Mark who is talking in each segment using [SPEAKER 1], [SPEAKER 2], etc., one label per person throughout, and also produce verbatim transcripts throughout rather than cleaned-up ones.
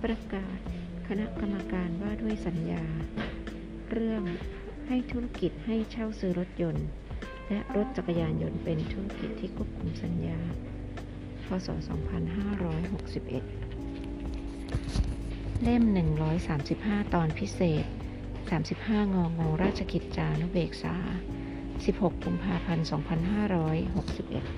[SPEAKER 1] ประกาศคณะกรรมการว่าด้วยสัญญาเรื่องให้ธุรกิจให้เช่าซื้อรถยนต์และรถจักรยานยนต์เป็นธุรกิจที่ควบคุมสัญญาพ.ศ. สองพันห้าร้อยหกสิบเอ็ด เล่มหนึ่งร้อยสามสิบห้าตอนพิเศษสามสิบห้างองูราชกิจจานุเบกษาสิบหกกุมภาพันธ์สองพันห้าร้อยหกสิบเอ็ด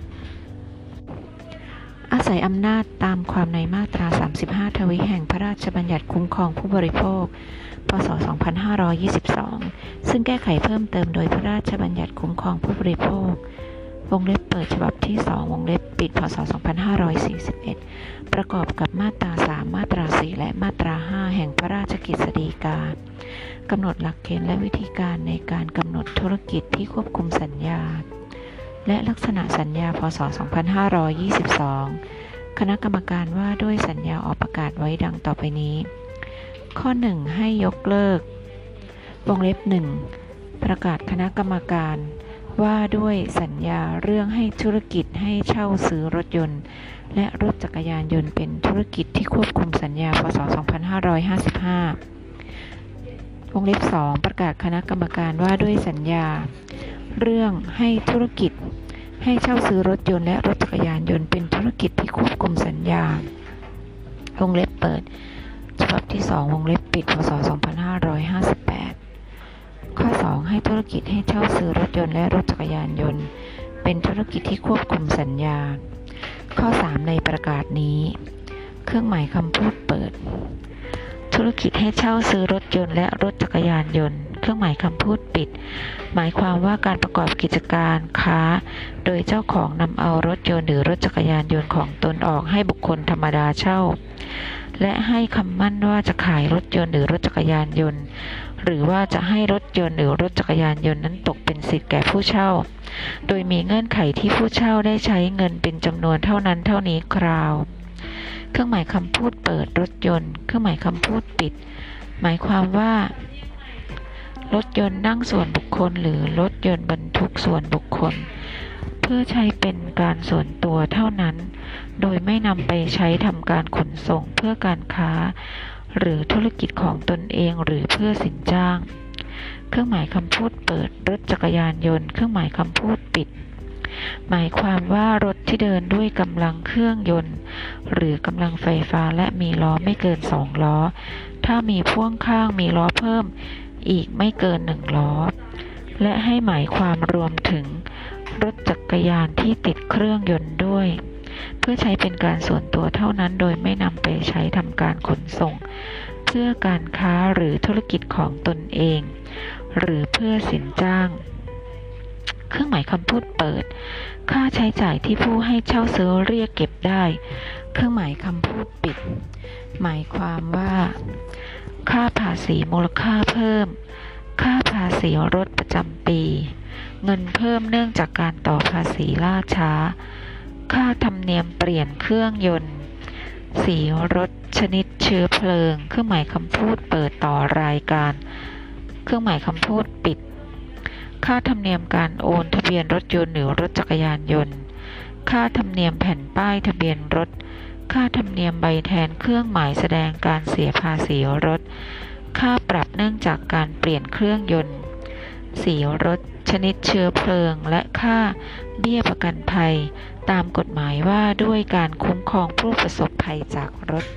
[SPEAKER 1] อาศัยอำนาจตามความในมาตราสามสิบห้าทวีแห่งพระราชบัญญัติคุ้มครองผู้บริโภคพ.ศ. สองพันห้าร้อยยี่สิบสองซึ่งแก้ไขเพิ่มเติมโดยพระราชบัญญัติคุ้มครองผู้บริโภควงเล็บเปิดฉบับที่สองวงเล็บปิดพ.ศ. สองพันห้าร้อยสี่สิบเอ็ดประกอบกับมาตราสามมาตราสี่และมาตราห้าแห่งพระราชกฤษฎีกากำหนดหลักเกณฑ์และวิธีการในการกำหนดธุรกิจที่ควบคุมสัญญาและลักษณะสัญญาพ.ศ. สองพันห้าร้อยยี่สิบสองคณะกรรมการว่าด้วยสัญญาออกประกาศไว้ดังต่อไปนี้ข้อหนึ่งให้ยกเลิกวงเล็บหนึ่งประกาศคณะกรรมการว่าด้วยสัญญาเรื่องให้ธุรกิจให้เช่าซื้อรถยนต์และรถจักรยานยนต์เป็นธุรกิจที่ควบคุมสัญญาพ.ศ. สองพันห้าร้อยห้าสิบห้าวงเล็บสองประกาศคณะกรรมการว่าด้วยสัญญาเรื่องให้ธุรกิจให้เช่าซื้อรถยนต์และรถจักรยานยนต์เป็นธุรกิจที่ควบคุมสัญญาวงเล็บเปิดฉบับที่สองวงเล็บปิดพ.ศ. สองพันห้าร้อยห้าสิบแปดข้อสองให้ธุรกิจให้เช่าซื้อรถยนต์และรถจักรยานยนต์เป็นธุรกิจที่ควบคุมสัญญาข้อสามในประกาศนี้เครื่องหมายคำพูดเปิดธุรกิจให้เช่าซื้อรถยนต์และรถจักรยานยนต์เครื่องหมายคำพูดปิดหมายความว่าการประกอบกิจการค้าโดยเจ้าของนำเอารถยนต์หรือรถจักรยานยนต์ของตนออกให้บุคคลธรรมดาเช่าและให้คำมั่นว่าจะขายรถยนต์หรือรถจักรยานยนต์หรือว่าจะให้รถยนต์หรือรถจักรยานยนต์นั้นตกเป็นสิทธิแก่ผู้เช่าโดยมีเงื่อนไขที่ผู้เช่าได้ใช้เงินเป็นจำนวนเท่านั้นเท่านี้คราวเครื่องหมายคำพูดเปิดรถยนต์เครื่องหมายคำพูดปิดหมายความว่ารถยนต์นั่งส่วนบุคคลหรือรถยนต์บรรทุกส่วนบุคคลเพื่อใช้เป็นการส่วนตัวเท่านั้นโดยไม่นำไปใช้ทำการขนส่งเพื่อการค้าหรือธุรกิจของตนเองหรือเพื่อสินจ้างเครื่องหมายคำพูดเปิดรถจักรยานยนต์เครื่องหมายคำพูดปิดหมายความว่ารถที่เดินด้วยกำลังเครื่องยนต์หรือกำลังไฟฟ้าและมีล้อไม่เกินสองล้อถ้ามีพ่วงข้างมีล้อเพิ่มอีกไม่เกินหนึ่งล้อและให้หมายความรวมถึงรถจักรยานที่ติดเครื่องยนต์ด้วยเพื่อใช้เป็นการส่วนตัวเท่านั้นโดยไม่นำไปใช้ทำการขนส่งเพื่อการค้าหรือธุรกิจของตนเองหรือเพื่อสินจ้างเครื่องหมายคำพูดเปิดค่าใช้จ่ายที่ผู้ให้เช่าซื้อเรียกเก็บได้เครื่องหมายคำพูดปิดหมายความว่าค่าภาษีมูลค่าเพิ่มค่าภาษีรถประจำปีเงินเพิ่มเนื่องจากการต่อภาษีล่าช้าค่าธรรมเนียมเปลี่ยนเครื่องยนต์สีรถชนิดเชื้อเพลิงเครื่องหมายคำพูดเปิดต่อรายการเครื่องหมายคำพูดปิดค่าธรรมเนียมการโอนทะเบียนรถยนต์หรือรถจักรยานยนต์ค่าธรรมเนียมแผ่นป้ายทะเบียนรถค่าธรรมเนียมใบแทนเครื่องหมายแสดงการเสียภาษีรถค่าปรับเนื่องจากการเปลี่ยนเครื่องยนต์สีรถชนิดเชื้อเพลิงและค่าเบี้ยประกันภัยตามกฎหมายว่าด้วยการคุ้มครองผู้ประสบภัยจากรถ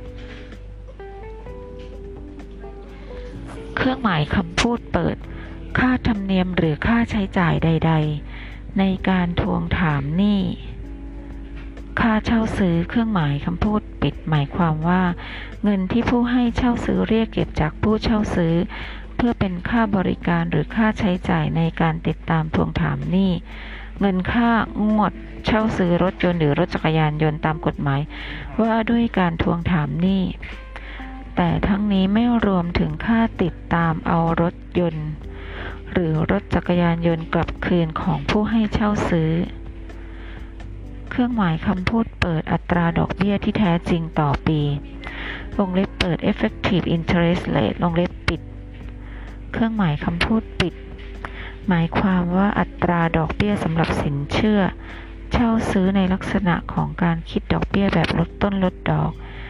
[SPEAKER 1] เครื่องหมายคำพูดเปิดค่าธรรมเนียมหรือค่าใช้จ่ายใดๆในการทวงถามหนี้ค่าเช่าซื้อเครื่องหมายคำพูดปิดหมายความว่าเงินที่ผู้ให้เช่าซื้อเรียกเก็บจากผู้เช่าซื้อเพื่อเป็นค่าบริการหรือค่าใช้จ่ายในการติดตามทวงถามหนี้เงินค่างวดเช่าซื้อรถยนต์หรือรถจักรยานยนต์ตามกฎหมายว่าด้วยการทวงถามหนี้แต่ทั้งนี้ไม่รวมถึงค่าติดตามเอารถยนต์หรือรถจักรยานยนต์กลับคืนของผู้ให้เช่าซื้อเครื่องหมายคำพูดเปิดอัตราดอกเบี้ยที่แท้จริงต่อปีวงเล็บเปิด effective interest rate วงเล็บปิดเครื่องหมายคำพูดปิดหมายความว่าอัตราดอกเบี้ยสำหรับสินเชื่อเช่าซื้อในลักษณะของการคิดดอกเบี้ยแบบลดต้นลดดอก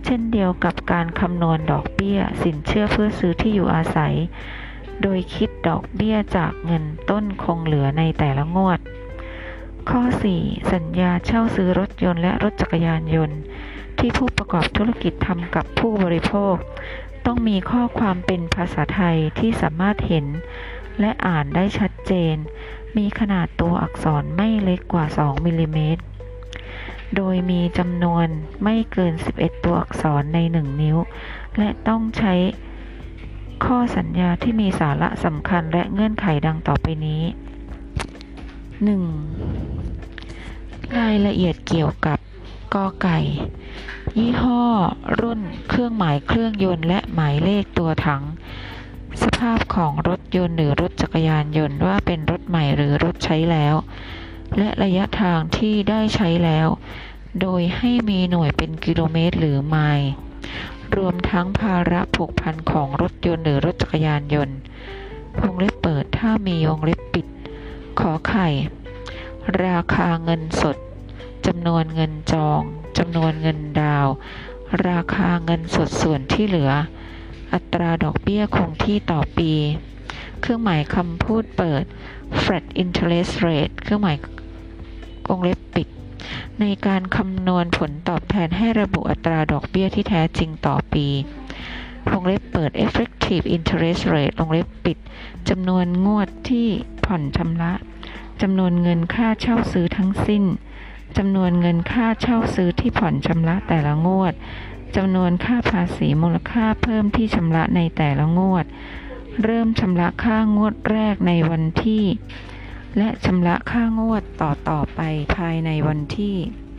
[SPEAKER 1] ช่นเดียวกับการคำนวณดอกเบี้ยสินเชื่อเพื่อซื้อที่อยู่อาศัยโดยคิดดอกเบี้ยจากเงินต้นคงเหลือในแต่ละงวดข้อ สี่ สัญญาเช่าซื้อรถยนต์และรถจักรยานยนต์ที่ผู้ประกอบธุรกิจทำกับผู้บริโภคต้องมีข้อความเป็นภาษาไทยที่สามารถเห็นและอ่านได้ชัดเจนมีขนาดตัวอักษรไม่เล็กกว่าสองมิลลิเมตรโดยมีจำนวนไม่เกินสิบเอ็ดตัวอักษรในหนึ่งนิ้วและต้องใช้ข้อสัญญาที่มีสาระสำคัญและเงื่อนไขดังต่อไปนี้ หนึ่ง รายละเอียดเกี่ยวกับกอไก่ยี่ห้อรุ่นเครื่องหมายเครื่องยนต์และหมายเลขตัวถังสภาพของรถยนต์หรือรถจักรยานยนต์ว่าเป็นรถใหม่หรือรถใช้แล้วและระยะทางที่ได้ใช้แล้วโดยให้มีหน่วยเป็นกิโลเมตรหรือไมล์รวมทั้งภาระผูกพันของรถยนต์หรือรถจักรยานยนต์วงเล็บเปิดถ้ามีวงเล็บปิดขอไข่ราคาเงินสดจำนวนเงินจองจำนวนเงินดาวราคาเงินสดส่วนที่เหลืออัตราดอกเบี้ยคงที่ต่อปีเครื่องหมายคำพูดเปิด flat interest rate เครื่องหมายวงเล็บปิดในการคำนวณผลตอบแทนให้ระบุอัตราดอกเบี้ยที่แท้จริงต่อปีวงเล็บเปิด effective interest rate วงเล็บปิดจำนวนงวดที่ผ่อนชำระจำนวนเงินค่าเช่าซื้อทั้งสิ้นจำนวนเงินค่าเช่าซื้อที่ผ่อนชำระแต่ละงวดจำนวนค่าภาษีมูลค่าเพิ่มที่ชำระในแต่ละงวดเริ่มชำระค่างวดแรกในวันที่และชำระค่างวดต่อต่อไปภายในวันที่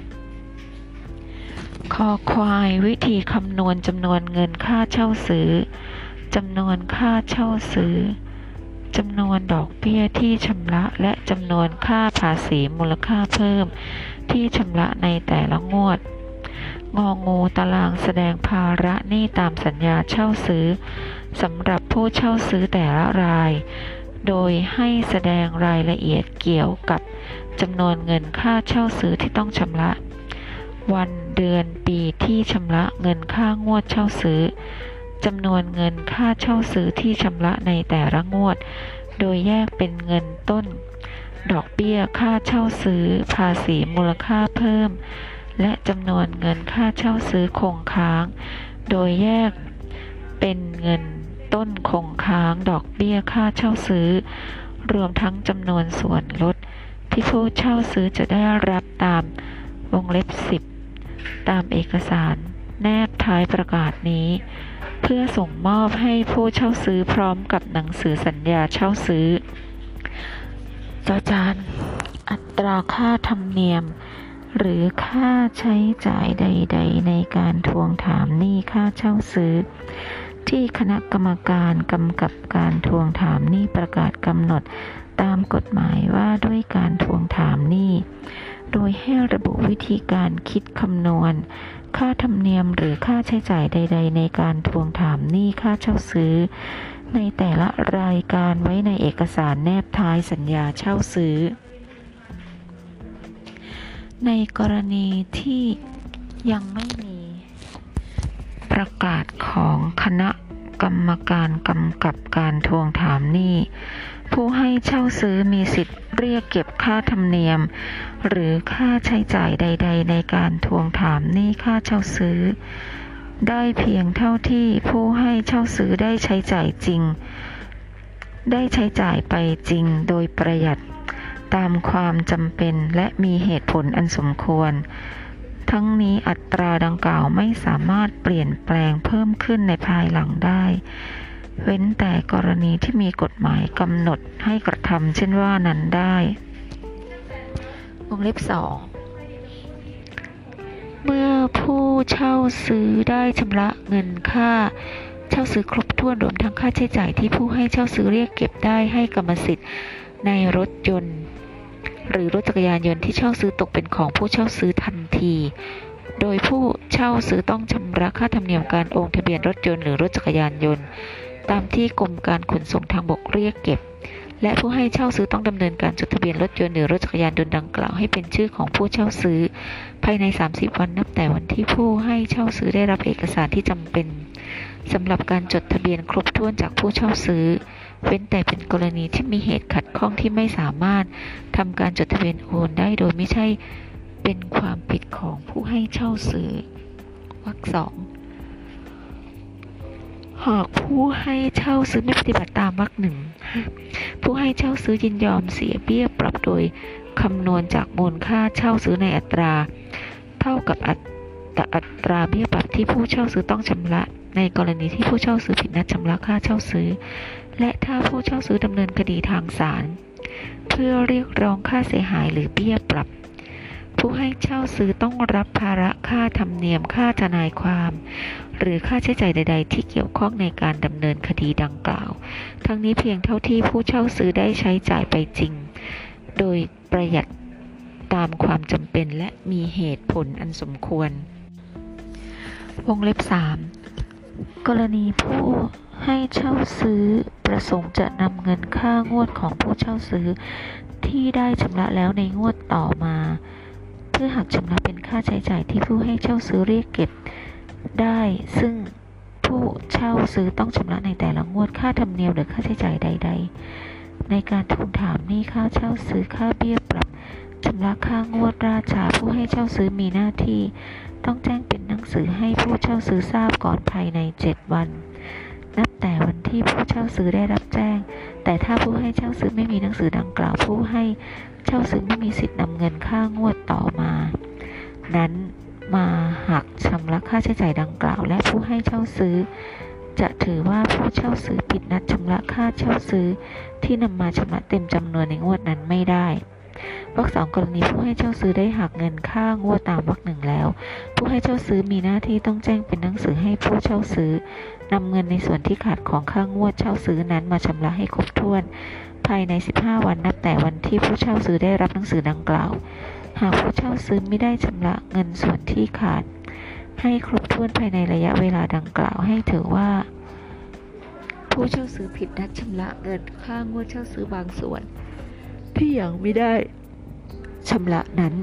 [SPEAKER 1] คอควายวิธีคำนวณจำนวนเงินค่าเช่าซื้อจำนวนค่าเช่าซื้อจำนวนดอกเบี้ยที่ชำระและจำนวนค่าภาษีมูลค่าเพิ่มที่ชำระในแต่ละงวดงองูตารางแสดงภาระหนี้ตามสัญญาเช่าซื้อสำหรับผู้เช่าซื้อแต่ละรายโดยให้แสดงรายละเอียดเกี่ยวกับจำนวนเงินค่าเช่าซื้อที่ต้องชำระวันเดือนปีที่ชำระเงินค่างวดเช่าซื้อจำนวนเงินค่าเช่าซื้อที่ชำระในแต่ละงวดโดยแยกเป็นเงินต้นดอกเบี้ยค่าเช่าซื้อภาษีมูลค่าเพิ่มและจำนวนเงินค่าเช่าซื้อคงค้างโดยแยกเป็นเงินต้นคงค้างดอกเบี้ยค่าเช่าซื้อรวมทั้งจำนวนส่วนลดที่ผู้เช่าซื้อจะได้รับตามวงเล็บสิบตามเอกสารแนบท้ายประกาศนี้เพื่อส่งมอบให้ผู้เช่าซื้อพร้อมกับหนังสือสัญญาเช่าซื้อจอจานอัตราค่าธรรมเนียมหรือค่าใช้จ่ายใดๆในการทวงถามหนี้ค่าเช่าซื้อที่คณะกรรมการกำกับการทวงถามหนี้ประกาศกำหนดตามกฎหมายว่าด้วยการทวงถามหนี้โดยให้ระบุวิธีการคิดคำนวณค่าธรรมเนียมหรือค่าใช้จ่ายใดๆในการทวงถามหนี้ค่าเช่าซื้อในแต่ละรายการไว้ในเอกสารแนบท้ายสัญญาเช่าซื้อในกรณีที่ยังไม่มีประกาศของคณะกรรมการกำกับการทวงถามหนี้ผู้ให้เช่าซื้อมีสิทธิ์เรียกเก็บค่าธรรมเนียมหรือค่าใช้จ่ายใดๆในการทวงถามหนี้ค่าเช่าซื้อได้เพียงเท่าที่ผู้ให้เช่าซื้อได้ใช้จ่ายจริงได้ใช้จ่ายไปจริงโดยประหยัดตามความจำเป็นและมีเหตุผลอันสมควรทั้งนี้อัตราดังกล่าวไม่สามารถเปลี่ยนแปลงเพิ่มขึ้นในภายหลังได้เว้นแต่กรณีที่มีกฎหมายกำหนดให้กระทำเช่นว่านั้นได้วงเล็บสองเมื่อผู้เช่าซื้อได้ชำระเงินค่าเช่าซื้อครบถ้วนรวมทั้งค่าใช้จ่ายที่ผู้ให้เช่าซื้อเรียกเก็บได้ให้กรรมสิทธิ์ในรถยนต์หรือรถจักรยานยนต์ที่เช่าซื้อตกเป็นของผู้เช่าซื้อทันทีโดยผู้เช่าซื้อต้องชำระค่าธรรมเนียมการโอนทะเบียนรถยนต์หรือรถจักรยานยนต์ตามที่กรมการขนส่งทางบกเรียกเก็บและผู้ให้เช่าซื้อต้องดำเนินการจดทะเบียนรถยนต์หรือรถจักรยานยนต์ดังกล่าวให้เป็นชื่อของผู้เช่าซื้อภายในสามสิบวันนับแต่วันที่ผู้ให้เช่าซื้อได้รับเอกสารที่จำเป็นสำหรับการจดทะเบียนครบถ้วนจากผู้เช่าซื้อเว้นแต่เป็นกรณีที่มีเหตุขัดข้องที่ไม่สามารถทำการจดทะเบียนโอนได้โดยไม่ใช่เป็นความผิดของผู้ให้เช่าซื้อวรรคสองหากผู้ให้เช่าซื้อไม่ปฏิบัติตามวรรคหนึ่งผู้ให้เช่าซื้อยินยอมเสียเบี้ยปรับโดยคำนวณจากมูลค่าเช่าซื้อในอัตราเท่ากับอัตราเบี้ยปรับที่ผู้เช่าซื้อต้องชำระในกรณีที่ผู้เช่าซื้อผิดนัดชำระค่าเช่าซื้อและถ้าผู้เช่าซื้อดำเนินคดีทางศาลเพื่อเรียกร้องค่าเสียหายหรือเบี้ยปรับผู้ให้เช่าซื้อต้องรับภาระค่าธรรมเนียมค่าทนายความหรือค่าใช้จ่ายใดๆที่เกี่ยวข้องในการดำเนินคดีดังกล่าวทั้งนี้เพียงเท่าที่ผู้เช่าซื้อได้ใช้จ่ายไปจริงโดยประหยัดตามความจำเป็นและมีเหตุผลอันสมควรวงเล็บสามกรณีผู้ให้เช่าซื้อประสงค์จะนำเงินค่างวดของผู้เช่าซื้อที่ได้ชำระแล้วในงวดต่อมาเพื่อหักชำระเป็นค่าใช้จ่ายที่ผู้ให้เช่าซื้อเรียกเก็บได้ซึ่งผู้เช่าซื้อต้องชำระในแต่ละงวดค่าธรรมเนียมหรือค่าใช้จ่ายใดๆในการทวงถามหนี้ค่าเช่าซื้อค่าเบี้ยปรับชำระค่างวดราช้าผู้ให้เช่าซื้อมีหน้าที่ต้องแจ้งเป็นหนังสือให้ผู้เช่าซื้อทราบก่อนภายในเจ็ดวันนับแต่วันที่ผู้เช่าซื้อได้รับแจ้งแต่ถ้าผู้ให้เช่าซื้อไม่มีหนังสือดังกล่าวผู้ให้เช่าซื้อไม่มีสิทธิ์นำเงินค่างวดต่อมานั้นมาหักชำระค่าใช้จ่ายดังกล่าวและผู้ให้เช่าซื้อจะถือว่าผู้เช่าซื้อผิดนัดชำระค่าเช่าซื้อที่นำมาชำระเต็มจำนวนในงวดนั้นไม่ได้วรรคสองกรณีผู้ให้เช่าซื้อได้หักเงินค่างวดตามวรรคหนึ่งแล้วผู้ให้เช่าซื้อมีหน้าที่ต้องแจ้งเป็นหนังสือให้ผู้เช่าซื้อนำเงินในส่วนที่ขาดของค่างวดเช่าซื้อนั้นมาชำระให้ครบถ้วนภายในสิบห้าวันนับแต่วันที่ผู้เช่าซื้อได้รับหนังสือดังกล่าวหากผู้เช่าซื้อไม่ได้ชำระเงินส่วนที่ขาดให้ครบถ้วนภายในระยะเวลาดังกล่าวให้ถือว่าผู้เช่าซื้อผิดนัดชำระเงินค่างวดเช่าซื้อบางส่วนที่ยังไม่ได้ชำระนั้น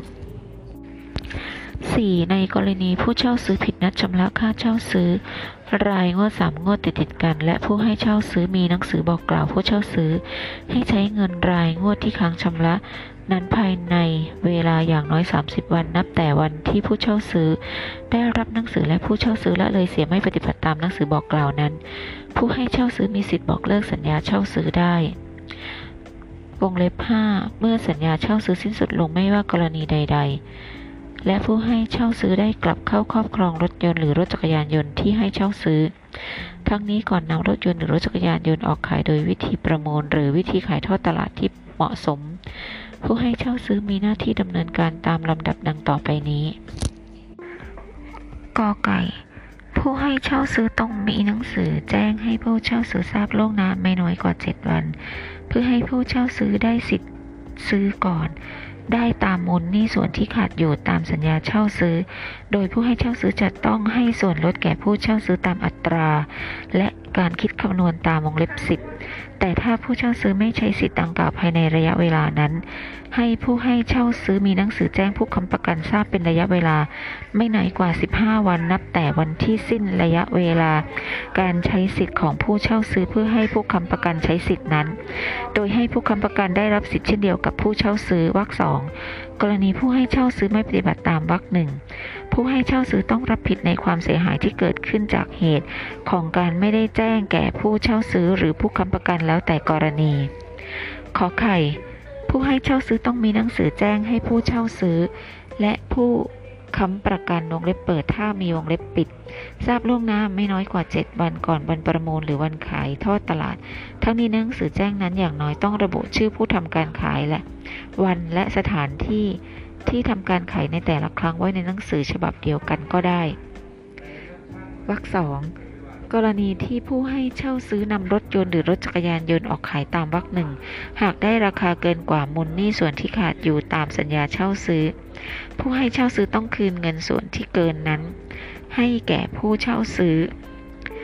[SPEAKER 1] สี่. ในกรณีผู้เช่าซื้อผิดนัดชำระค่าเช่าซื้อรายงวดสามงวดติดๆกันและผู้ให้เช่าซื้อมีหนังสือบอกกล่าวผู้เช่าซื้อให้ใช้เงินรายงวดที่ค้างชำระนั้นภายในเวลาอย่างน้อยสามสิบวันนับแต่วันที่ผู้เช่าซื้อได้รับหนังสือและผู้เช่าซื้อละเลยเสียไม่ปฏิบัติตามหนังสือบอกกล่าวนั้นผู้ให้เช่าซื้อมีสิทธิ์บอกเลิกสัญญาเช่าซื้อได้วงเล็บห้าเมื่อสัญญาเช่าซื้อสิ้นสุดลงไม่ว่ากรณีใดๆและผู้ให้เช่าซื้อได้กลับเข้าครอบครองรถยนต์หรือรถจักรยานยนต์ที่ให้เช่าซื้อทั้งนี้ก่อนนำรถยนต์หรือรถจักรยานยนต์ออกขายโดยวิธีประมูลหรือวิธีขายทอดตลาดที่เหมาะสมผู้ให้เช่าซื้อมีหน้าที่ดำเนินการตามลำดับดังต่อไปนี้กไก่ผู้ให้เช่าซื้อต้องมีหนังสือแจ้งให้ผู้เช่าซื้อทราบล่วงหน้าไม่น้อยกว่าเจ็ดวันเพื่อให้ผู้เช่าซื้อได้สิทธิ์ซื้อก่อนได้ตามมูลหนี้ส่วนที่ขาดอยู่ตามสัญญาเช่าซื้อโดยผู้ให้เช่าซื้อจะต้องให้ส่วนลดแก่ผู้เช่าซื้อตามอัตราและการคิดคำนวณตามวงเล็บสิบแต่ถ้าผู้เช่าซื้อไม่ใช้สิทธิ์ดังกล่าวภายในระยะเวลานั้นให้ผู้ให้เช่าซื้อมีหนังสือแจ้งผู้ค้ำประกันทราบเป็นระยะเวลาไม่น้อยกว่าสิบห้าวันนับแต่วันที่สิ้นระยะเวลาการใช้สิทธิ์ของผู้เช่าซื้อเพื่อให้ผู้ค้ำประกันใช้สิทธินั้นโดยให้ผู้ค้ำประกันได้รับสิทธิ์เช่นเดียวกับผู้เช่าซื้อวรรคสองกรณีผู้ให้เช่าซื้อไม่ปฏิบัติตามวรรคหนึ่งผู้ให้เช่าซื้อต้องรับผิดในความเสียหายที่เกิดขึ้นจากเหตุของการไม่ได้แจ้งแก่ผู้เช่าซื้อหรือผู้ค้ำประกันแล้วแต่กรณีขอไข่ผู้ให้เช่าซื้อต้องมีหนังสือแจ้งให้ผู้เช่าซื้อและผู้ค้ำประกันวงเล็บเปิดถ้ามีวงเล็บปิดทราบล่วงหน้าไม่น้อยกว่าเจ็ดวันก่อนวันประมูลหรือวันขายทอดตลาดทั้งนี้หนังสือแจ้งนั้นอย่างน้อยต้องระบุชื่อผู้ทำการขายและวันและสถานที่ที่ทำการขายในแต่ละครั้งไว้ในหนังสือฉบับเดียวกันก็ได้วรรคสองกรณีที่ผู้ให้เช่าซื้อนำรถยนต์หรือรถจักรยานยนต์ออกขายตามวรรคหนึ่งหากได้ราคาเกินกว่ามูลหนี้ส่วนที่ขาดอยู่ตามสัญญาเช่าซื้อผู้ให้เช่าซื้อต้องคืนเงินส่วนที่เกินนั้นให้แก่ผู้เช่าซื้อ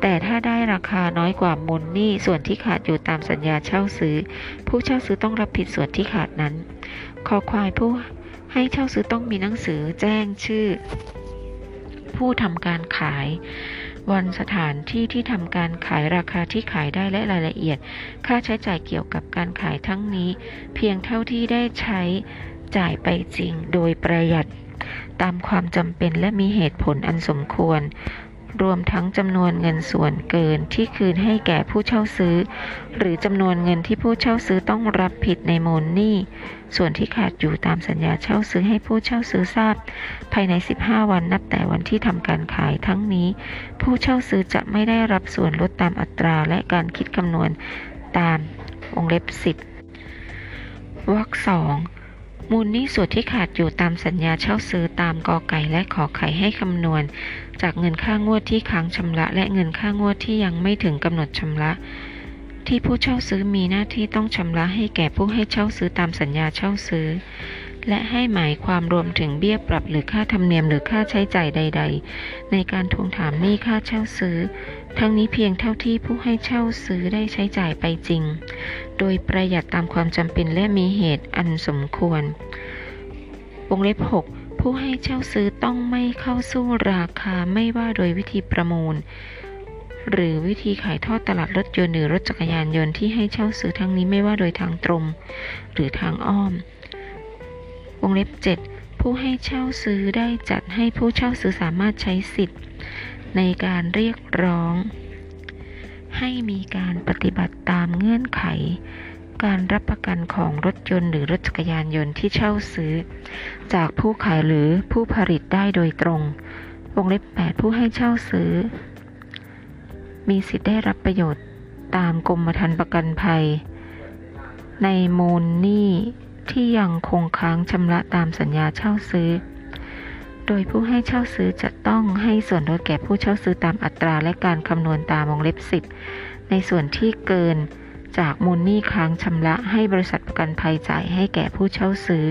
[SPEAKER 1] แต่ถ้าได้ราคาน้อยกว่ามูลหนี้ส่วนที่ขาดอยู่ตามสัญญาเช่าซื้อผู้เช่าซื้อต้องรับผิดส่วนที่ขาดนั้นคอควายผู้ให้เช่าซื้อต้องมีหนังสือแจ้งชื่อผู้ทำการขายวันสถานที่ที่ทำการขายราคาที่ขายได้และรายละเอียดค่าใช้จ่ายเกี่ยวกับการขายทั้งนี้เพียงเท่าที่ได้ใช้จ่ายไปจริงโดยประหยัดตามความจำเป็นและมีเหตุผลอันสมควรรวมทั้งจำนวนเงินส่วนเกินที่คืนให้แก่ผู้เช่าซื้อหรือจำนวนเงินที่ผู้เช่าซื้อต้องรับผิดในมูลหนี้ส่วนที่ขาดอยู่ตามสัญญาเช่าซื้อให้ผู้เช่าซื้อทราบภายในสิบห้าวันนับแต่วันที่ทำการขายทั้งนี้ผู้เช่าซื้อจะไม่ได้รับส่วนลดตามอัตราและการคิดคำนวณตามวงเล็บสิบวรรคสองมูลหนี้ส่วนที่ขาดอยู่ตามสัญญาเช่าซื้อตามกอไก่และขอไข่ให้คำนวณจากเงินค่างวดที่ค้างชำระและเงินค่างวดที่ยังไม่ถึงกำหนดชำระที่ผู้เช่าซื้อมีหน้าที่ต้องชำระให้แก่ผู้ให้เช่าซื้อตามสัญญาเช่าซื้อและให้หมายความรวมถึงเบี้ยปรับหรือค่าธรรมเนียมหรือค่าใช้จ่ายใดๆในการทวงถามหนี้ค่าเช่าซื้อทั้งนี้เพียงเท่าที่ผู้ให้เช่าซื้อได้ใช้จ่ายไปจริงโดยประหยัดตามความจำเป็นและมีเหตุอันสมควรวงเล็บหกผู้ให้เช่าซื้อต้องไม่เข้าสู้ราคาไม่ว่าโดยวิธีประมูลหรือวิธีขายทอดตลาดรถยนต์หรือรถจักรยานยนต์ที่ให้เช่าซื้อทั้งนี้ไม่ว่าโดยทางตรงหรือทางอ้อมวงเล็บเจ็ดผู้ให้เช่าซื้อได้จัดให้ผู้เช่าซื้อสามารถใช้สิทธิ์ในการเรียกร้องให้มีการปฏิบัติตามเงื่อนไขการรับประกันของรถยนต์หรือรถจักรยานยนต์ที่เช่าซื้อจากผู้ขายหรือผู้ผลิตได้โดยตรงวงเล็บแปดผู้ให้เช่าซื้อมีสิทธิ์ได้รับประโยชน์ตามกรมธรรม์ประกันภัยในมูลหนี้ที่ยังคงค้างชำระตามสัญญาเช่าซื้อโดยผู้ให้เช่าซื้อจะต้องให้ส่วนลดแก่ผู้เช่าซื้อตามอัตราและการคำนวณตามวงเล็บสิบในส่วนที่เกินจากมูลหนี้ค้างชำระให้บริษัทประกันภัยจ่ายให้แก่ผู้เช่าซื้อ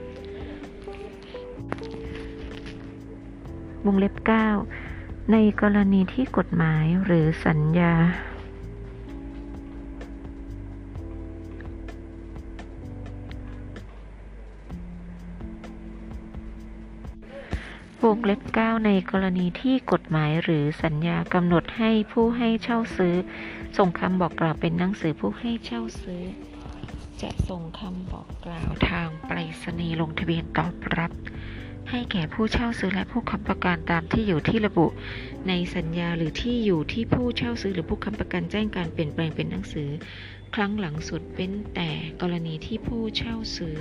[SPEAKER 1] วงเล็บเก้าในกรณีที่กฎหมายหรือสัญญาวงเล็บเก้าในกรณีที่กฎหมายหรือสัญญากำหนดให้ผู้ให้เช่าซื้อส่งคำบอกกล่าวเป็นหนังสือผู้ให้เช่าซื้อจะส่งคำบอกกล่าวทางไปรษณีย์ลงทะเบียนตอบรับให้แก่ผู้เช่าซื้อและผู้ค้ำประกันตามที่อยู่ที่ระบุในสัญญาหรือที่อยู่ที่ผู้เช่าซื้อหรือผู้ค้ำประกันแจ้งการเปลี่ยนแปลงเป็นหนังสือครั้งหลังสุดเป็นแต่กรณีที่ผู้เช่าซื้อ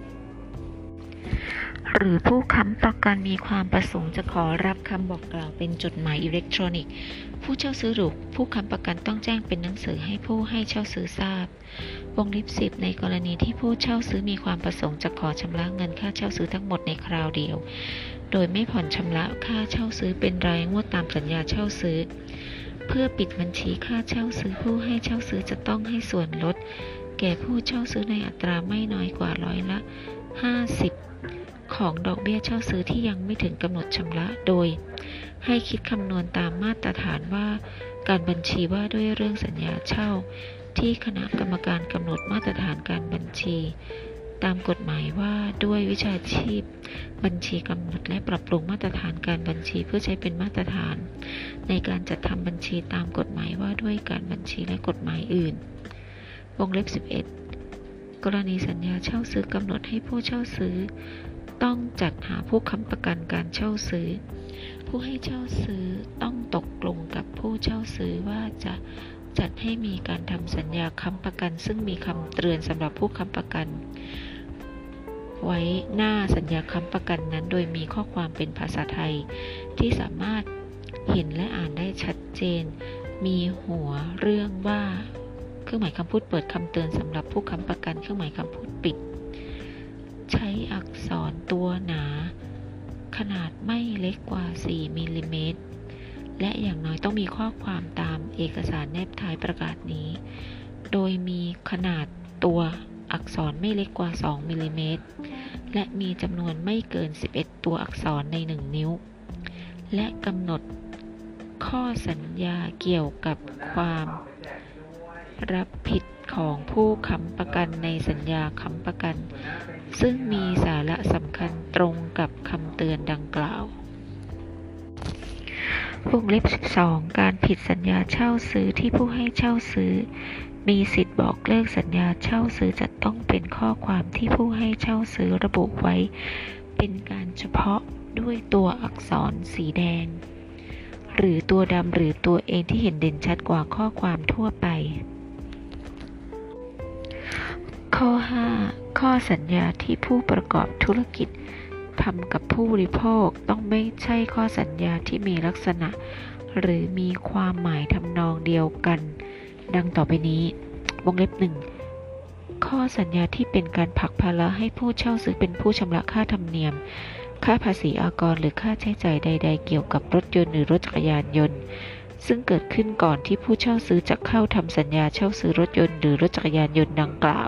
[SPEAKER 1] หรือผู้ค้ำประกันมีความประสงค์จะขอรับคำบอกกล่าวเป็นจดหมายอิเล็กทรอนิกส์ผู้เช่าซื้อหรือผู้ค้ำประกันต้องแจ้งเป็นหนังสือให้ผู้ให้เช่าซื้อทราบวงเล็บสิบในกรณีที่ผู้เช่าซื้อมีความประสงค์จะขอชำระเงินค่าเช่าซื้อทั้งหมดในคราวเดียวโดยไม่ผ่อนชำระค่าเช่าซื้อเป็นรายงวดตามสัญญาเช่าซื้อเพื่อปิดบัญชีค่าเช่าซื้อผู้ให้เช่าซื้อจะต้องให้ส่วนลดแก่ผู้เช่าซื้อในอัตราไม่น้อยกว่าร้อยละห้าสิบของดอกเบี้ยเช่าซื้อที่ยังไม่ถึงกำหนดชำระโดยให้คิดคำนวณตามมาตรฐานว่าการบัญชีว่าด้วยเรื่องสัญญาเช่าที่คณะกรรมการกำหนดมาตรฐานการบัญชีตามกฎหมายว่าด้วยวิชาชีพบัญชีกำหนดและปรับปรุงมาตรฐานการบัญชีเพื่อใช้เป็นมาตรฐานในการจัดทำบัญชีตามกฎหมายว่าด้วยการบัญชีและกฎหมายอื่นวงเล็บสิบเอ็ดกรณีสัญญาเช่าซื้อกำหนดให้ผู้เช่าซื้อต้องจัดหาผู้ค้ำประกันการเช่าซื้อผู้ให้เช่าซื้อต้องตกลงกับผู้เช่าซื้อว่าจะจัดให้มีการทำสัญญาค้ำประกันซึ่งมีคำเตือนสำหรับผู้ค้ำประกันไว้หน้าสัญญาค้ำประกันนั้นโดยมีข้อความเป็นภาษาไทยที่สามารถเห็นและอ่านได้ชัดเจนมีหัวเรื่องว่าเครื่องหมายคำพูดเปิดคำเตือนสำหรับผู้ค้ำประกันเครื่องหมายคำพูดปิดใช้อักษรตัวหนาขนาดไม่เล็กกว่าสี่มิลลิเมตรและอย่างน้อยต้องมีข้อความตามเอกสารแนบท้ายประกาศนี้โดยมีขนาดตัวอักษรไม่เล็กกว่าสองมิลลิเมตรและมีจำนวนไม่เกินสิบเอ็ดตัวอักษรในหนึ่งนิ้วและกำหนดข้อสัญญาเกี่ยวกับความรับผิดของผู้ค้ำประกันในสัญญาค้ำประกัน ซึ่งมีสาระสำคัญตรงกับคำเตือนดังกล่าววงเล็บสิบสองการผิดสัญญาเช่าซื้อที่ผู้ให้เช่าซื้อมีสิทธิ์บอกเลิกสัญญาเช่าซื้อจะต้องเป็นข้อความที่ผู้ให้เช่าซื้อระบุไว้เป็นการเฉพาะด้วยตัวอักษรสีแดงหรือตัวดำหรือตัวเองที่เห็นเด่นชัดกว่าข้อความทั่วไปข้อห้าข้อสัญญาที่ผู้ประกอบธุรกิจทำกับผู้บริโภคต้องไม่ใช่ข้อสัญญาที่มีลักษณะหรือมีความหมายทำนองเดียวกันดังต่อไปนี้วงเล็บหนึ่งข้อสัญญาที่เป็นการผลักภาระให้ผู้เช่าซื้อเป็นผู้ชำระค่าธรรมเนียมค่าภาษีอากรหรือค่าใช้จ่ายใดๆเกี่ยวกับรถยนต์หรือรถจักรยานยนต์ซึ่งเกิดขึ้นก่อนที่ผู้เช่าซื้อจะเข้าทำสัญญาเช่าซื้อรถยนต์หรือรถจักรยานยนต์ดังกล่าว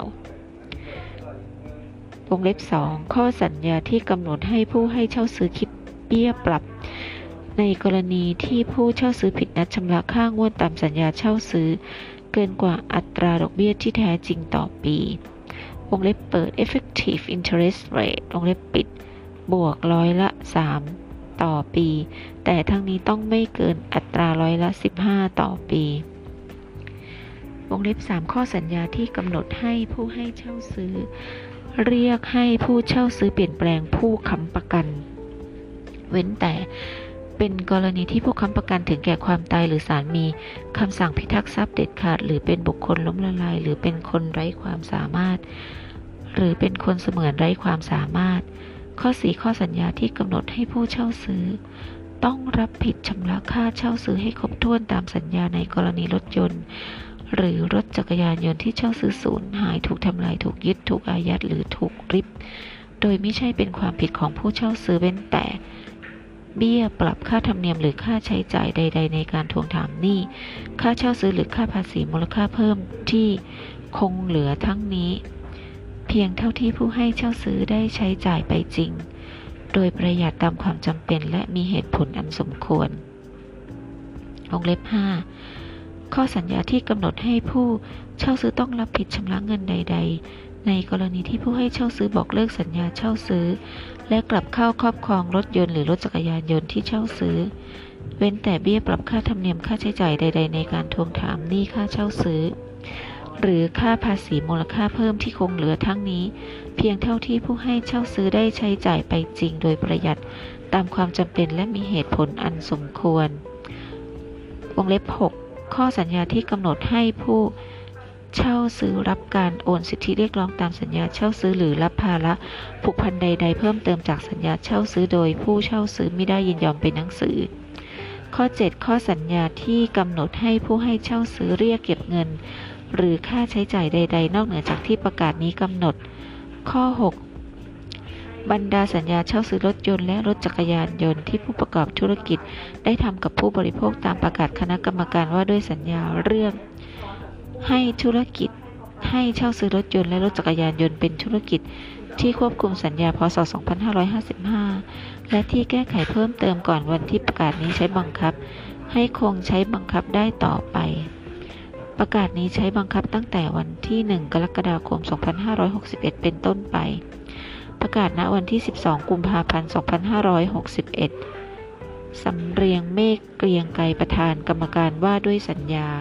[SPEAKER 1] วงเล็บสองข้อสัญญาที่กำหนดให้ผู้ให้เช่าซื้อคิดเบี้ยปรับในกรณีที่ผู้เช่าซื้อผิดนัดชำระค่างวดตามสัญญาเช่าซื้อเกินกว่าอัตราดอกเบี้ยที่แท้จริงต่อปีวงเล็บเปิด effective interest rate วงเล็บปิดบวกร้อยละสามต่อปีแต่ทั้งนี้ต้องไม่เกินอัตราร้อยละสิบห้าต่อปีวงเล็บสามข้อสัญญาที่กำหนดให้ผู้ให้เช่าซื้อเรียกให้ผู้เช่าซื้อเปลี่ยนแปลงผู้ค้ำประกันเว้นแต่เป็นกรณีที่ผู้ค้ำประกันถึงแก่ความตายหรือศาลมีคำสั่งพิทักษ์ทรัพย์เด็ดขาดหรือเป็นบุคคลล้มละลายหรือเป็นคนไร้ความสามารถหรือเป็นคนเสมือนไร้ความสามารถข้อสี่ข้อสัญญาที่กำหนดให้ผู้เช่าซื้อต้องรับผิดชำระค่าเช่าซื้อให้ครบถ้วนตามสัญญาในกรณีรถยนต์หรือรถจักรยานยนต์ที่เช่าซื้อสูญหายถูกทำลายถูกยึดถูกอายัดหรือถูกริบโดยไม่ใช่เป็นความผิดของผู้เช่าซื้อเว้นแต่เบี้ยปรับค่าธรรมเนียมหรือค่าใช้จ่ายใดๆในการทวงถามหนี้ค่าเช่าซื้อหรือค่าภาษีมูลค่าเพิ่มที่คงเหลือทั้งนี้เพียงเท่าที่ผู้ให้เช่าซื้อได้ใช้จ่ายไปจริงโดยประหยัดตามความจำเป็นและมีเหตุผลอันสมควรวงเล็บห้าข้อสัญญาที่กำหนดให้ผู้เช่าซื้อต้องรับผิดชำระเงินใดๆในกรณีที่ผู้ให้เช่าซื้อบอกเลิกสัญญาเช่าซื้อและกลับเข้าครอบครองรถยนต์หรือรถจักรยานยนต์ที่เช่าซื้อเว้นแต่เบี้ยปรับค่าธรรมเนียมค่าใช้จ่ายใดๆในการทวงถามหนี้ค่าเช่าซื้อหรือค่าภาษีมูลค่าเพิ่มที่คงเหลือทั้งนี้เพียงเท่าที่ผู้ให้เช่าซื้อได้ใช้จ่ายไปจริงโดยประหยัดตามความจำเป็นและมีเหตุผลอันสมควรวงเล็บหกข้อสัญญาที่กำหนดให้ผู้เช่าซื้อรับการโอนสิทธิเรียกร้องตามสัญญาเช่าซื้อหรือรับภาระผูกพันใดๆเพิ่มเติมจากสัญญาเช่าซื้อโดยผู้เช่าซื้อไม่ได้ยินยอมเป็นหนังสือข้อเจ็ดข้อสัญญาที่กำหนดให้ผู้ให้เช่าซื้อเรียกเก็บเงินหรือค่าใช้จ่ายใดๆนอกเหนือจากที่ประกาศนี้กำหนดข้อหกบรรดาสัญญาเช่าซื้อรถยนต์และรถจักรยานยนต์ที่ผู้ประกอบธุรกิจได้ทำกับผู้บริโภคตามประกาศคณะกรรมการว่าด้วยสัญญาเรื่องให้ธุรกิจให้เช่าซื้อรถยนต์และรถจักรยานยนต์เป็นธุรกิจที่ควบคุมสัญญาพ.ศ. สองพันห้าร้อยห้าสิบห้าและที่แก้ไขเพิ่มเติมก่อนวันที่ประกาศนี้ใช้บังคับให้คงใช้บังคับได้ต่อไปประกาศนี้ใช้บังคับตั้งแต่วันที่หนึ่งกรกฎาคมสองพันห้าร้อยหกสิบเอ็ดเป็นต้นไปประกาศณวันที่สิบสองกุมภาพันธ์สองพันห้าร้อยหกสิบเอ็ดสำเรียงเมฆเกรียงไกรประธานกรรมการว่าด้วยสัญญา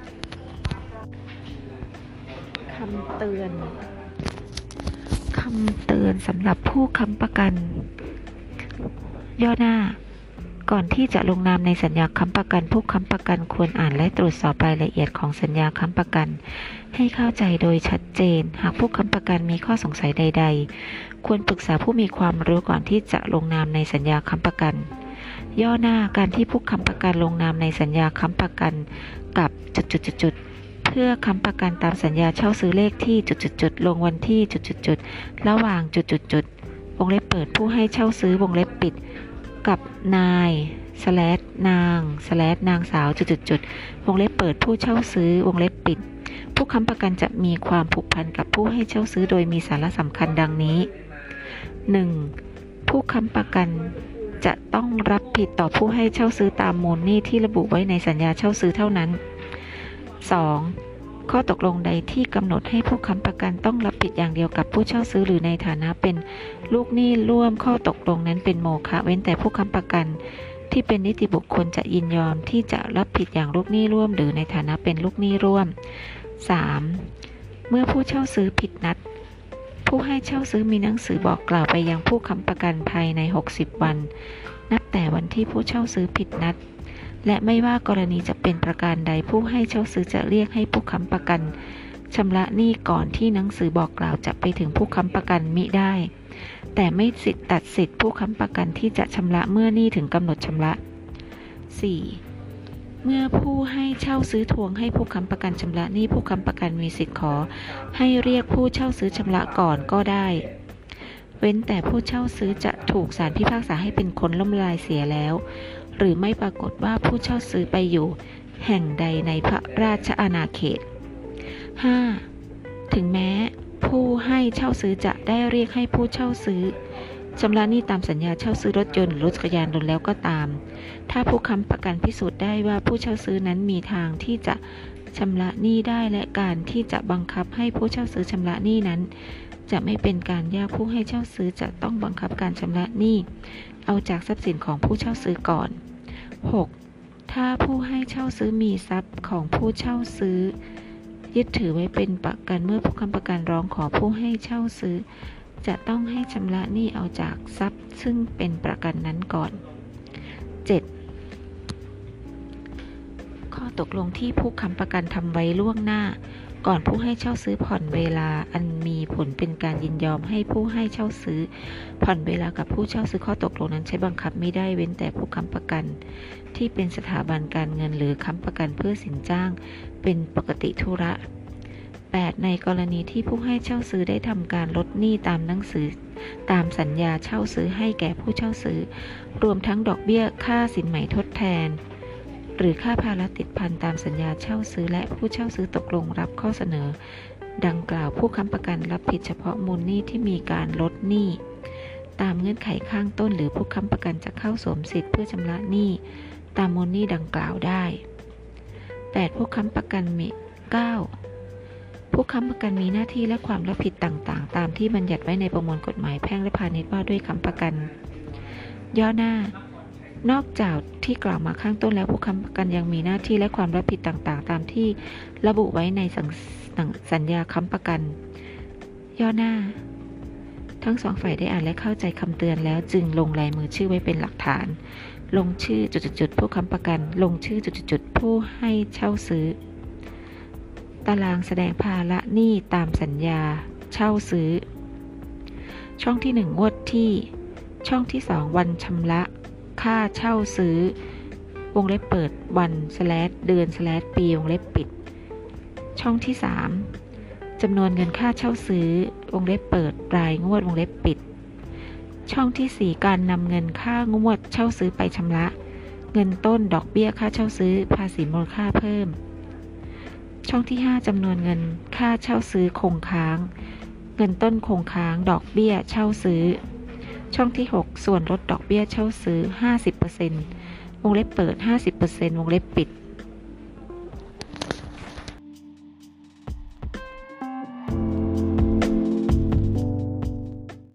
[SPEAKER 1] คำเตือนคำเตือนสำหรับผู้ค้ำประกันย่อหน้าก่อนที่จะลงนามในสัญญาค้ำประกันผู้ค้ำประกันควรอ่านและตรวจสอบรายละเอียดของสัญญาค้ำประกันให้เข้าใจโดยชัดเจนหากผู้ค้ำประกันมีข้อสงสัยใดๆควรปรึกษาผู้มีความรู้ก่อนที่จะลงนามในสัญญาค้ำประกันย่อหน้าการที่ผู้ค้ำประกันลงนามในสัญญาค้ำประกันกับจุดๆๆเพื่อค้ำประกันตามสัญญาเช่าซื้อเลขที่จุดๆๆลงวันที่จุดๆๆระหว่างจุดๆๆวงเล็บเปิดผู้ให้เช่าซื้อวงเล็บปิดกับนายสแลชนางสแลชนางสาวจุดๆวงเล็บเปิดผู้เช่าซื้อวงเล็บปิดผู้ค้ำประกันจะมีความผูกพันกับผู้ให้เช่าซื้อโดยมีสาระสำคัญดังนี้ หนึ่ง. ผู้ค้ำประกันจะต้องรับผิดต่อผู้ให้เช่าซื้อตามมูลหนี้ที่ระบุไว้ในสัญญาเช่าซื้อเท่านั้น สอง. ข้อตกลงใดที่กำหนดให้ผู้ค้ำประกันต้องรับผิดอย่างเดียวกับผู้เช่าซื้อหรือในฐานะเป็นลูกหนี้ร่วมข้อตกลงนั้นเป็นโมฆะเว้นแต่ผู้ค้ำประกันที่เป็นนิติบุคคลจะยินยอมที่จะรับผิดอย่างลูกหนี้ร่วมหรือในฐานะเป็นลูกหนี้ร่วม สาม. เมื่อผู้เช่าซื้อผิดนัดผู้ให้เช่าซื้อมีหนังสือบอกกล่าวไปยังผู้ค้ำประกันภายในหกสิบวันนับแต่วันที่ผู้เช่าซื้อผิดนัดและไม่ว่ากรณีจะเป็นประการใดผู้ให้เช่าซื้อจะเรียกให้ผู้ค้ำประกันชำระหนี้ก่อนที่หนังสือบอกกล่าวจะไปถึงผู้ค้ำประกันมิได้แต่ไม่สิทธิ์ตัดสิทธิผู้ค้ำประกันที่จะชำระเมื่อหนี้ถึงกำหนดชำระ สี่. เมื่อผู้ให้เช่าซื้อทวงให้ผู้ค้ำประกันชำระหนี้ผู้ค้ำประกันมีสิทธิ์ขอให้เรียกผู้เช่าซื้อชำระก่อนก็ได้เว้นแต่ผู้เช่าซื้อจะถูกศาลพิพากษาให้เป็นคนล้มละลายเสียแล้วหรือไม่ปรากฏว่าผู้เช่าซื้อไปอยู่แห่งใดในพระราชอาณาเขต ห้า. ถึงแม้ผู้ให้เช่าซื้อจะได้เรียกให้ผู้เช่าซื้อชำระหนี้ตามสัญญาเช่าซื้อรถยนต์หรือรถจักรยานยนต์แล้วก็ตามถ้าผู้ค้ำประกันพิสูจน์ได้ว่าผู้เช่าซื้อนั้นมีทางที่จะชำระหนี้ได้และการที่จะบังคับให้ผู้เช่าซื้อชำระหนี้นั้นจะไม่เป็นการยากผู้ให้เช่าซื้อจะต้องบังคับการชำระหนี้เอาจากทรัพย์สินของผู้เช่าซื้อก่อน หก. ถ้าผู้ให้เช่าซื้อมีทรัพย์ของผู้เช่าซื้อยึดถือไว้เป็นประกันเมื่อผู้ค้ำประกันร้องขอผู้ให้เช่าซื้อจะต้องให้ชำระหนี้เอาจากทรัพย์ซึ่งเป็นประกันนั้นก่อน เจ็ด. ข้อตกลงที่ผู้ค้ำประกันทำไว้ล่วงหน้าก่อนผู้ให้เช่าซื้อผ่อนเวลาอันมีผลเป็นการยินยอมให้ผู้ให้เช่าซื้อผ่อนเวลากับผู้เช่าซื้อข้อตกลงนั้นใช้บังคับไม่ได้เว้นแต่ผู้ค้ำประกันที่เป็นสถาบันการเงินหรือค้ำประกันเพื่อสินจ้างเป็นปกติธุระ แปด. ในกรณีที่ผู้ให้เช่าซื้อได้ทำการลดหนี้ตามหนังสือตามสัญญาเช่าซื้อให้แก่ผู้เช่าซื้อรวมทั้งดอกเบี้ยค่าสินไหมทดแทนหรือค่าภาระติดพันตามสัญญาเช่าซื้อและผู้เช่าซื้อตกลงรับข้อเสนอดังกล่าวผู้ค้ำประกันรับผิดเฉพาะมูลหนี้ที่มีการลดหนี้ตามเงื่อนไขข้างต้นหรือผู้ค้ำประกันจะเข้าสวมสิทธิ์เพื่อชำระหนี้ตามมูลหนี้ดังกล่าวได้ แปด. ผู้ค้ำประกันมี เก้า. ผู้ค้ำประกันมีหน้าที่และความรับผิดต่างๆตามที่บัญญัติไว้ในประมวลกฎหมายแพ่งและพาณิชย์ว่าด้วยค้ำประกันย่อหน้านอกจากที่กล่าวมาข้างต้นแล้วผู้ค้ำประกันยังมีหน้าที่และความรับผิดต่างๆตามที่ระบุไว้ในสัญญาค้ำประกันย่อหน้าทั้งสองฝ่ายได้อ่านและเข้าใจคำเตือนแล้วจึงลงลายมือชื่อไว้เป็นหลักฐานลงชื่อจุดๆผู้ค้ำประกันลงชื่อจุดๆผู้ให้เช่าซื้อตารางแสดงภาระหนี้ตามสัญญาเช่าซื้อช่องที่หนึ่งงวดที่ช่องที่สองวันชำระค่าเช่าซื้อวงเล็บเปิดวันสแลชเดือนสแลชปีวงเล็บปิดช่องที่สามจำนวนเงินค่าเช่าซื้อวงเล็บเปิดรายงวดวงเล็บปิดช่องที่สี่การนำเงินค่างวดเช่าซื้อไปชำระเงินต้นดอกเบี้ยค่าเช่าซื้อภาษีมูลค่าเพิ่มช่องที่ห้าจำนวนเงินค่าเช่าซื้อคงค้างเงินต้นคงค้างดอกเบี้ยเช่าซื้อช่องที่หกส่วนลดดอกเบี้ยเช่าซื้อ ห้าสิบเปอร์เซ็นต์ วงเล็บเปิด ห้าสิบเปอร์เซ็นต์ วงเล็บปิด